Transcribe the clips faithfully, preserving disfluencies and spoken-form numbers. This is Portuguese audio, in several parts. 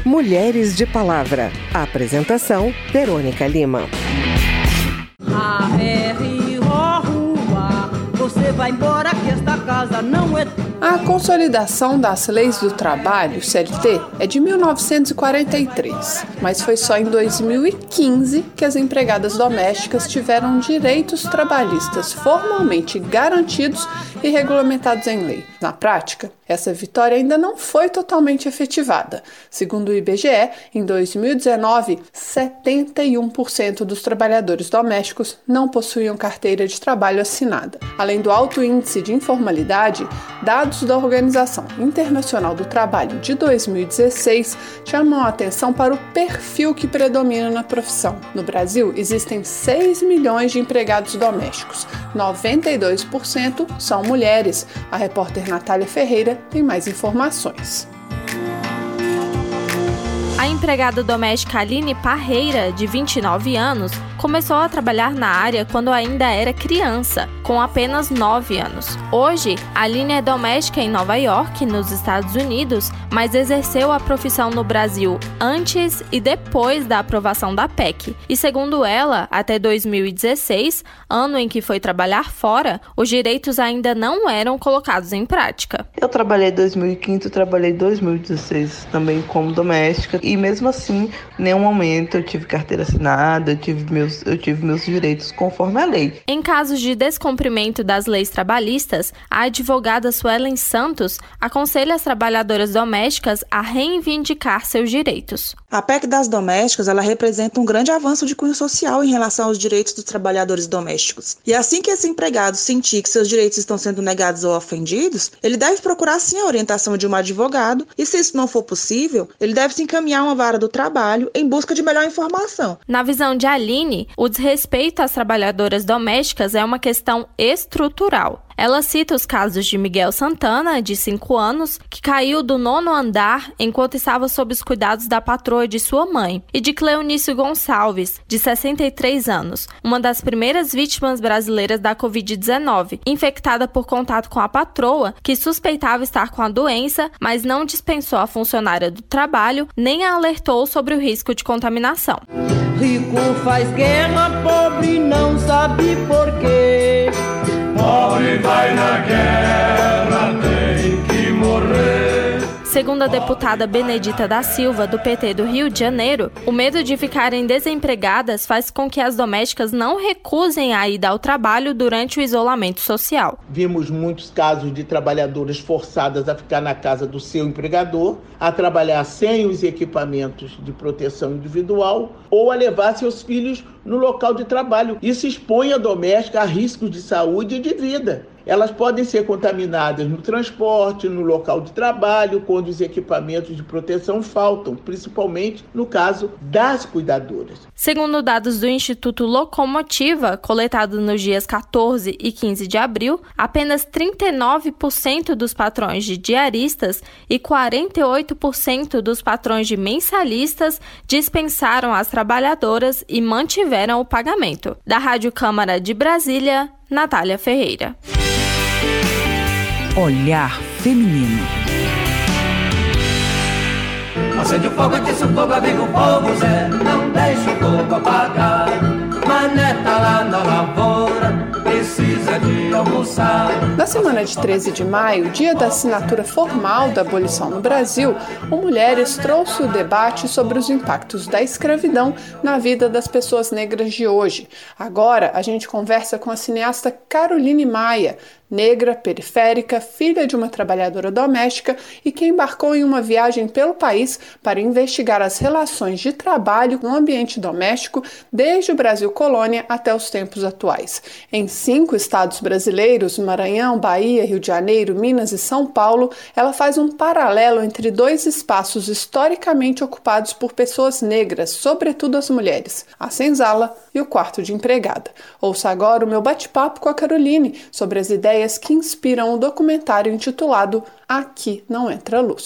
Mulheres de Palavra. A apresentação, Verônica Lima. Você vai embora que esta casa não é... A consolidação das leis do trabalho, C L T, é de mil novecentos e quarenta e três, mas foi só em dois mil e quinze que as empregadas domésticas tiveram direitos trabalhistas formalmente garantidos e regulamentados em lei. Na prática, essa vitória ainda não foi totalmente efetivada. Segundo o I B G E, em dois mil e dezenove, setenta e um por cento dos trabalhadores domésticos não possuíam carteira de trabalho assinada. Além do alto índice de informalidade, dados da Organização Internacional do Trabalho de dois mil e dezesseis chamam a atenção para o perfil que predomina na profissão. No Brasil, existem seis milhões de empregados domésticos. noventa e dois por cento são mulheres. A repórter Natália Ferreira tem mais informações. A empregada doméstica Aline Parreira, de vinte e nove anos, começou a trabalhar na área quando ainda era criança, com apenas nove anos. Hoje, Aline é doméstica em Nova York, nos Estados Unidos, mas exerceu a profissão no Brasil antes e depois da aprovação da P E C. E segundo ela, até dois mil e dezesseis, ano em que foi trabalhar fora, os direitos ainda não eram colocados em prática. Eu trabalhei em dois mil e quinze, trabalhei em dois mil e dezesseis também como doméstica e mesmo assim, em nenhum momento eu tive carteira assinada, eu tive meus eu tive meus direitos conforme a lei. Em casos de descumprimento das leis trabalhistas, a advogada Suelen Santos aconselha as trabalhadoras domésticas a reivindicar seus direitos. A P E C das domésticas, ela representa um grande avanço de cunho social em relação aos direitos dos trabalhadores domésticos. E assim que esse empregado sentir que seus direitos estão sendo negados ou ofendidos, ele deve procurar sim a orientação de um advogado e, se isso não for possível, ele deve se encaminhar a uma vara do trabalho em busca de melhor informação. Na visão de Aline, o desrespeito às trabalhadoras domésticas é uma questão estrutural. Ela cita os casos de Miguel Santana, de cinco anos, que caiu do nono andar enquanto estava sob os cuidados da patroa de sua mãe, e de Cleonice Gonçalves, de sessenta e três anos, uma das primeiras vítimas brasileiras da covid dezenove, infectada por contato com a patroa, que suspeitava estar com a doença, mas não dispensou a funcionária do trabalho, nem a alertou sobre o risco de contaminação. Rico faz guerra, pobre não sabe por quê. Pobre vai na guerra, tem que morrer. Segundo a deputada Benedita da Silva, do P T do Rio de Janeiro, o medo de ficarem desempregadas faz com que as domésticas não recusem a ida ao trabalho durante o isolamento social. Vimos muitos casos de trabalhadoras forçadas a ficar na casa do seu empregador, a trabalhar sem os equipamentos de proteção individual ou a levar seus filhos no local de trabalho. Isso expõe a doméstica a riscos de saúde e de vida. Elas podem ser contaminadas no transporte, no local de trabalho, quando os equipamentos de proteção faltam, principalmente no caso das cuidadoras. Segundo dados do Instituto Locomotiva, coletados nos dias quatorze e quinze de abril, apenas trinta e nove por cento dos patrões de diaristas e quarenta e oito por cento dos patrões de mensalistas dispensaram as trabalhadoras e mantiveram o pagamento. Da Rádio Câmara de Brasília, Natália Ferreira. Olhar Feminino. Acende o fogo, atiça o fogo, amigo povo Zé, não deixe o fogo apagar. Mané tá lá na lavoura, precisa de almoçar. Na semana de treze de maio, dia da assinatura formal da abolição no Brasil, o Mulheres trouxe o debate sobre os impactos da escravidão na vida das pessoas negras de hoje. Agora, a gente conversa com a cineasta Caroline Maia, negra, periférica, filha de uma trabalhadora doméstica e que embarcou em uma viagem pelo país para investigar as relações de trabalho no ambiente doméstico desde o Brasil colônia até os tempos atuais. Em cinco estados brasileiros, Maranhão, Bahia, Rio de Janeiro, Minas e São Paulo, ela faz um paralelo entre dois espaços historicamente ocupados por pessoas negras, sobretudo as mulheres, a senzala e o quarto de empregada. Ouça agora o meu bate-papo com a Caroline sobre as ideias que inspiram o documentário intitulado Aqui Não Entra Luz.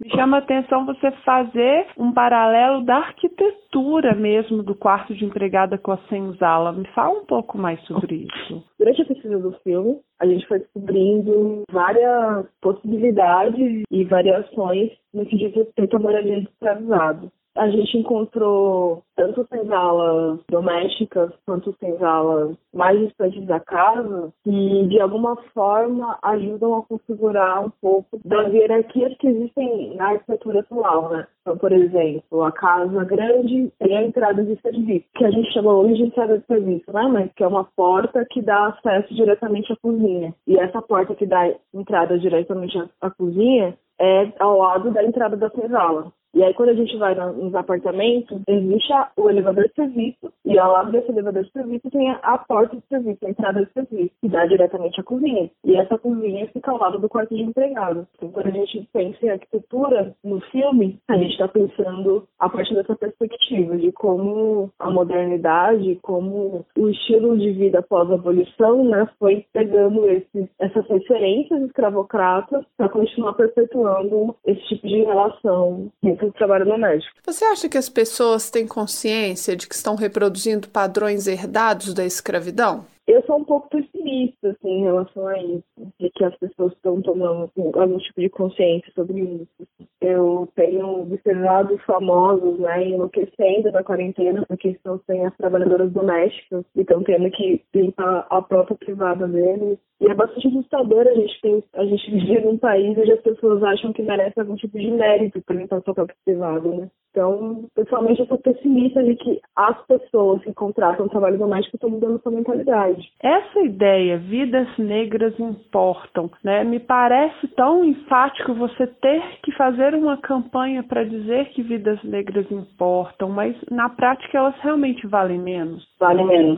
Me chama a atenção você fazer um paralelo da arquitetura mesmo do quarto de empregada com a senzala. Me fala um pouco mais sobre isso. Durante a pesquisa do filme, a gente foi descobrindo várias possibilidades e variações no que diz respeito à moradia de escravizado. A gente encontrou tanto senzalas domésticas quanto senzalas mais distantes da casa que, de alguma forma, ajudam a configurar um pouco das hierarquias que existem na arquitetura atual, né? Então, por exemplo, a casa grande tem a entrada de serviço, que a gente chama hoje de entrada de serviço, né? Mas que é uma porta que dá acesso diretamente à cozinha. E essa porta que dá entrada diretamente à cozinha é ao lado da entrada da senzala. E aí, quando a gente vai nos apartamentos, existe o elevador de serviço, e ao lado desse elevador de serviço tem a porta de serviço, a entrada de serviço, que dá diretamente à cozinha. E essa cozinha fica ao lado do quarto de empregado. Então, quando a gente pensa em arquitetura no filme, a gente está pensando a partir dessa perspectiva de como a modernidade, como o estilo de vida pós-abolição, né, foi pegando esses, essas referências escravocratas para continuar perpetuando esse tipo de relação do trabalho doméstico. Você acha que as pessoas têm consciência de que estão reproduzindo padrões herdados da escravidão? Eu sou um pouco pessimista, assim, em relação a isso, de que as pessoas estão tomando assim, algum tipo de consciência sobre isso. Eu tenho observado famosos, né, enlouquecendo na quarentena porque estão sem as trabalhadoras domésticas e estão tendo que limpar a própria privada deles. E é bastante assustador a gente, tem, a gente viver num país onde as pessoas acham que merecem algum tipo de mérito para limpar a sua própria privada, né? Então, pessoalmente, eu sou pessimista de que as pessoas que contratam trabalho doméstico estão mudando sua mentalidade. Essa ideia, vidas negras importam, né? Me parece tão enfático você ter que fazer uma campanha para dizer que vidas negras importam, mas na prática elas realmente valem menos. Valem menos.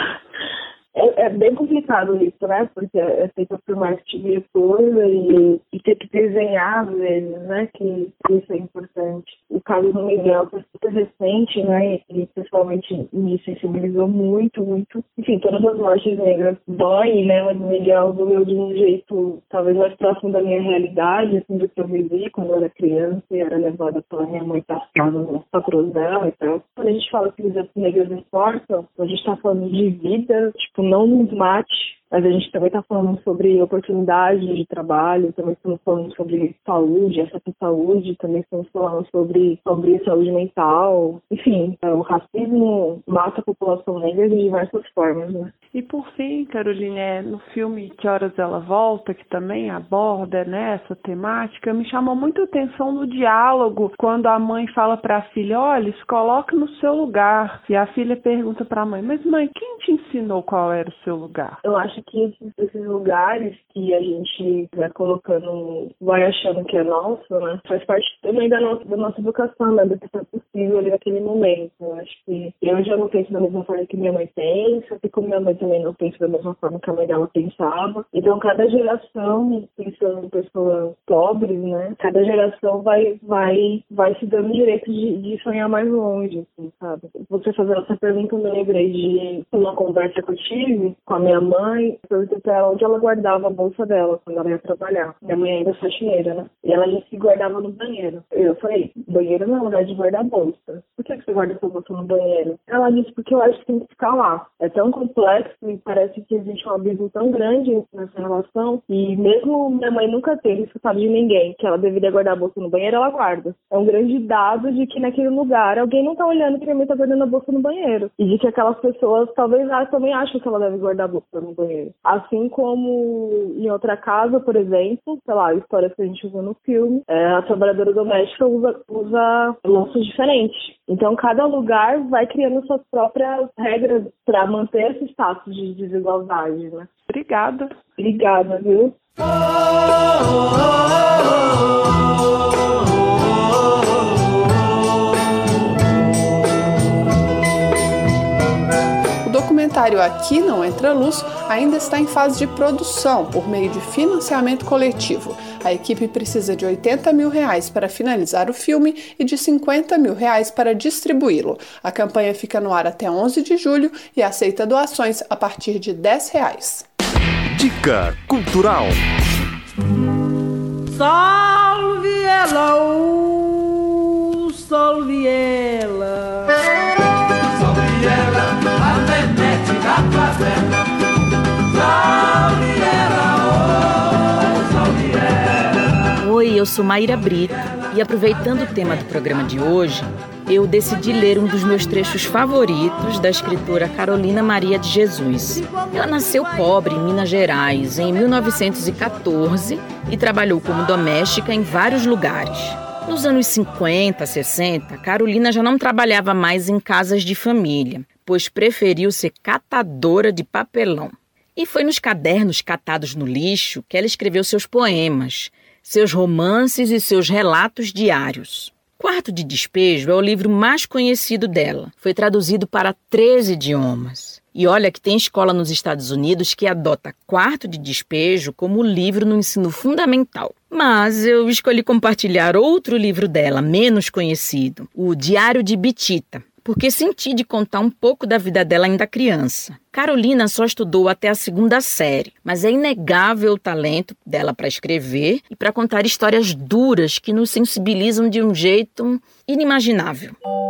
É, é bem complicado isso, né? Porque é feito por marketing de coisa e, e ter que desenhar, às vezes, né? Que isso é importante. O caso do Miguel foi super recente, né? E pessoalmente me sensibilizou muito, muito. Enfim, todas as mortes negras doem, né? Mas o Miguel doeu de um jeito talvez mais próximo da minha realidade, assim, do que eu vivi quando eu era criança e era levada pela minha mãe para as casas das patroas dela e tal. Quando a gente fala que vidas negras importam, a gente está falando de vida, tipo, não nos mate, mas a gente também está falando sobre oportunidade de trabalho, também estamos falando sobre saúde, acesso à saúde, também estamos falando sobre, sobre saúde mental. Enfim, o racismo mata a população negra de diversas formas, né? E por fim, Caroline, no filme Que Horas Ela Volta, que também aborda, né, essa temática, me chamou muito a atenção no diálogo, quando a mãe fala para a filha, olha, se coloca no seu lugar. E a filha pergunta para a mãe, mas mãe, quem te ensinou qual era o seu lugar? Eu acho que esses, esses lugares que a gente vai colocando, vai achando que é nosso, né, faz parte também da nossa, da nossa educação, né, do que foi possível ali naquele momento. Eu acho que eu já não penso da mesma forma que minha mãe pensa, e como minha mãe também não pensa da mesma forma que a mãe dela pensava. Então, cada geração, pensando em pessoas pobres, né, cada geração vai, vai, vai se dando o direito de, de sonhar mais longe, assim, sabe? Você fazendo essa pergunta, eu me lembrei de uma conversa que eu tive com a minha mãe. Eu perguntei pra ela onde ela guardava a bolsa dela quando ela ia trabalhar. Minha mãe ainda é faxineira, né? E ela disse que guardava no banheiro. Eu falei, banheiro não é lugar de guardar bolsa. Por que você guarda sua bolsa no banheiro? Ela disse, porque eu acho que tem que ficar lá. É tão complexo e parece que existe um abismo tão grande nessa relação e mesmo minha mãe nunca teve escutado de ninguém que ela deveria guardar a bolsa no banheiro, ela guarda. É um grande dado de que naquele lugar alguém não tá olhando que minha mãe tá guardando a bolsa no banheiro. E de que aquelas pessoas talvez elas também acham que ela deve guardar a bolsa no banheiro. Assim como em outra casa, por exemplo, sei lá, a história que a gente usa no filme, é, a trabalhadora doméstica usa, usa louças diferentes. Então, cada lugar vai criando suas próprias regras para manter esse status de desigualdade, né? Obrigada. Obrigada, viu? O documentário Aqui Não Entra Luz ainda está em fase de produção por meio de financiamento coletivo. A equipe precisa de oitenta mil reais para finalizar o filme e de cinquenta mil reais para distribuí-lo. A campanha fica no ar até onze de julho e aceita doações a partir de dez reais. Dica Cultural. Salve viela, o sol viela. Sol viela, a venete da favela. Sol viela, oh, sol viela. Oi, eu sou Maíra Brito e aproveitando o tema do programa de hoje, eu decidi ler um dos meus trechos favoritos da escritora Carolina Maria de Jesus. Ela nasceu pobre em Minas Gerais em mil novecentos e catorze e trabalhou como doméstica em vários lugares. Nos anos cinquenta, sessenta, Carolina já não trabalhava mais em casas de família, pois preferiu ser catadora de papelão. E foi nos cadernos catados no lixo que ela escreveu seus poemas, seus romances e seus relatos diários. Quarto de Despejo é o livro mais conhecido dela. Foi traduzido para treze idiomas. E olha que tem escola nos Estados Unidos que adota Quarto de Despejo como livro no ensino fundamental. Mas eu escolhi compartilhar outro livro dela, menos conhecido, o Diário de Bitita, porque senti de contar um pouco da vida dela ainda criança. Carolina só estudou até a segunda série, mas é inegável o talento dela para escrever e para contar histórias duras que nos sensibilizam de um jeito inimaginável.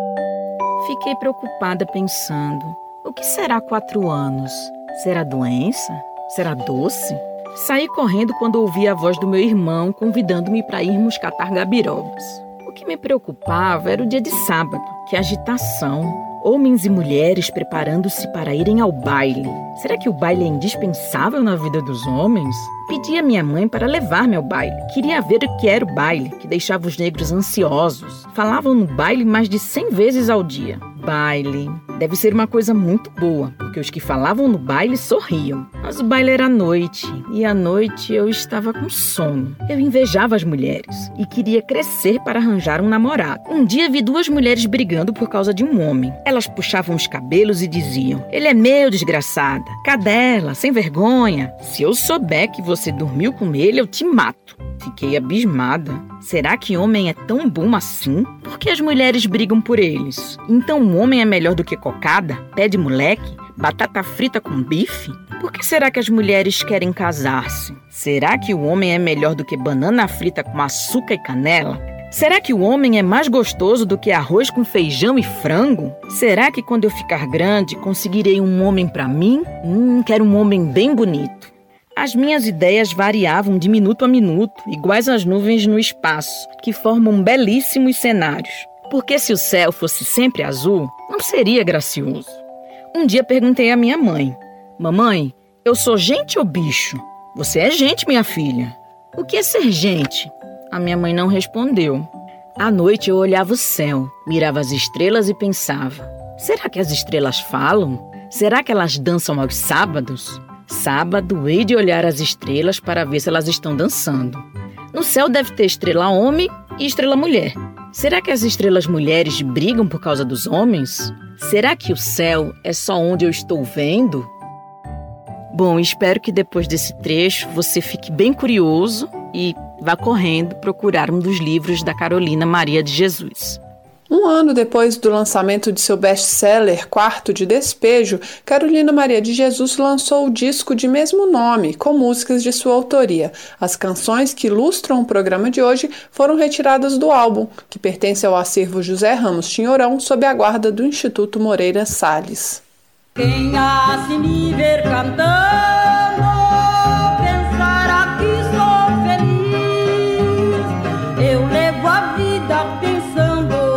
Fiquei preocupada pensando, o que será quatro anos? Será doença? Será doce? Saí correndo quando ouvi a voz do meu irmão convidando-me para irmos catar gabirobas. O que me preocupava era o dia de sábado, que agitação. Homens e mulheres preparando-se para irem ao baile. Será que o baile é indispensável na vida dos homens? Pedi a minha mãe para levar-me ao baile. Queria ver o que era o baile, que deixava os negros ansiosos. Falavam no baile mais de cem vezes ao dia. Baile. Deve ser uma coisa muito boa, porque os que falavam no baile sorriam. Mas o baile era à noite, e à noite eu estava com sono. Eu invejava as mulheres e queria crescer para arranjar um namorado. Um dia vi duas mulheres brigando por causa de um homem. Elas puxavam os cabelos e diziam: "Ele é meu, desgraçada. Cadela, sem vergonha. Se eu souber que você dormiu com ele, eu te mato." Fiquei abismada. Será que homem é tão bom assim? Por que as mulheres brigam por eles? Então o homem é melhor do que cocada, pé de moleque, batata frita com bife? Por que será que as mulheres querem casar-se? Será que o homem é melhor do que banana frita com açúcar e canela? Será que o homem é mais gostoso do que arroz com feijão e frango? Será que quando eu ficar grande conseguirei um homem para mim? Hum, quero um homem bem bonito. As minhas ideias variavam de minuto a minuto, iguais às nuvens no espaço, que formam belíssimos cenários. Porque se o céu fosse sempre azul, não seria gracioso. Um dia perguntei à minha mãe: "Mamãe, eu sou gente ou bicho?" "Você é gente, minha filha." "O que é ser gente?" A minha mãe não respondeu. À noite eu olhava o céu, mirava as estrelas e pensava: será que as estrelas falam? Será que elas dançam aos sábados? Sábado, hei de olhar as estrelas para ver se elas estão dançando. No céu deve ter estrela homem e estrela mulher. Será que as estrelas mulheres brigam por causa dos homens? Será que o céu é só onde eu estou vendo? Bom, espero que depois desse trecho você fique bem curioso e vá correndo procurar um dos livros da Carolina Maria de Jesus. Um ano depois do lançamento de seu best-seller Quarto de Despejo, Carolina Maria de Jesus lançou o disco de mesmo nome, com músicas de sua autoria. As canções que ilustram o programa de hoje foram retiradas do álbum, que pertence ao acervo José Ramos Tinhorão, sob a guarda do Instituto Moreira Salles. Quem assim me ver cantando pensará que sou feliz. Eu levo a vida pensando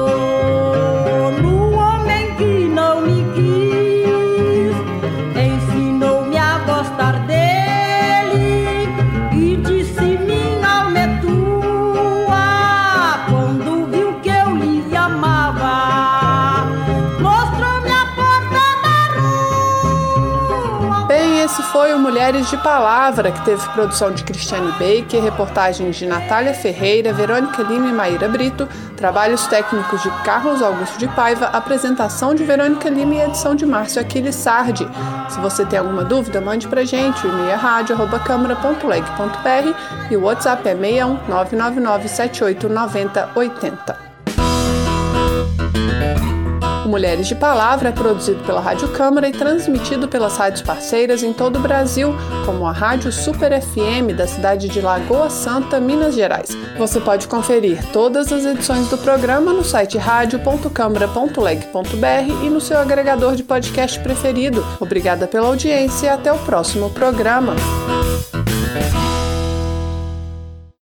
foi o Mulheres de Palavra, que teve produção de Cristiane Baker, reportagens de Natália Ferreira, Verônica Lima e Maíra Brito, trabalhos técnicos de Carlos Augusto de Paiva, apresentação de Verônica Lima e edição de Márcio Aquiles Sardi. Se você tem alguma dúvida, mande pra gente. O e-mail é rádio arroba câmara ponto leg ponto br e o WhatsApp é seis um nove nove nove sete oito nove zero oito zero. O Mulheres de Palavra é produzido pela Rádio Câmara e transmitido pelas rádios parceiras em todo o Brasil, como a Rádio Super F M da cidade de Lagoa Santa, Minas Gerais. Você pode conferir todas as edições do programa no site rádio ponto câmara ponto leg ponto br e no seu agregador de podcast preferido. Obrigada pela audiência e até o próximo programa.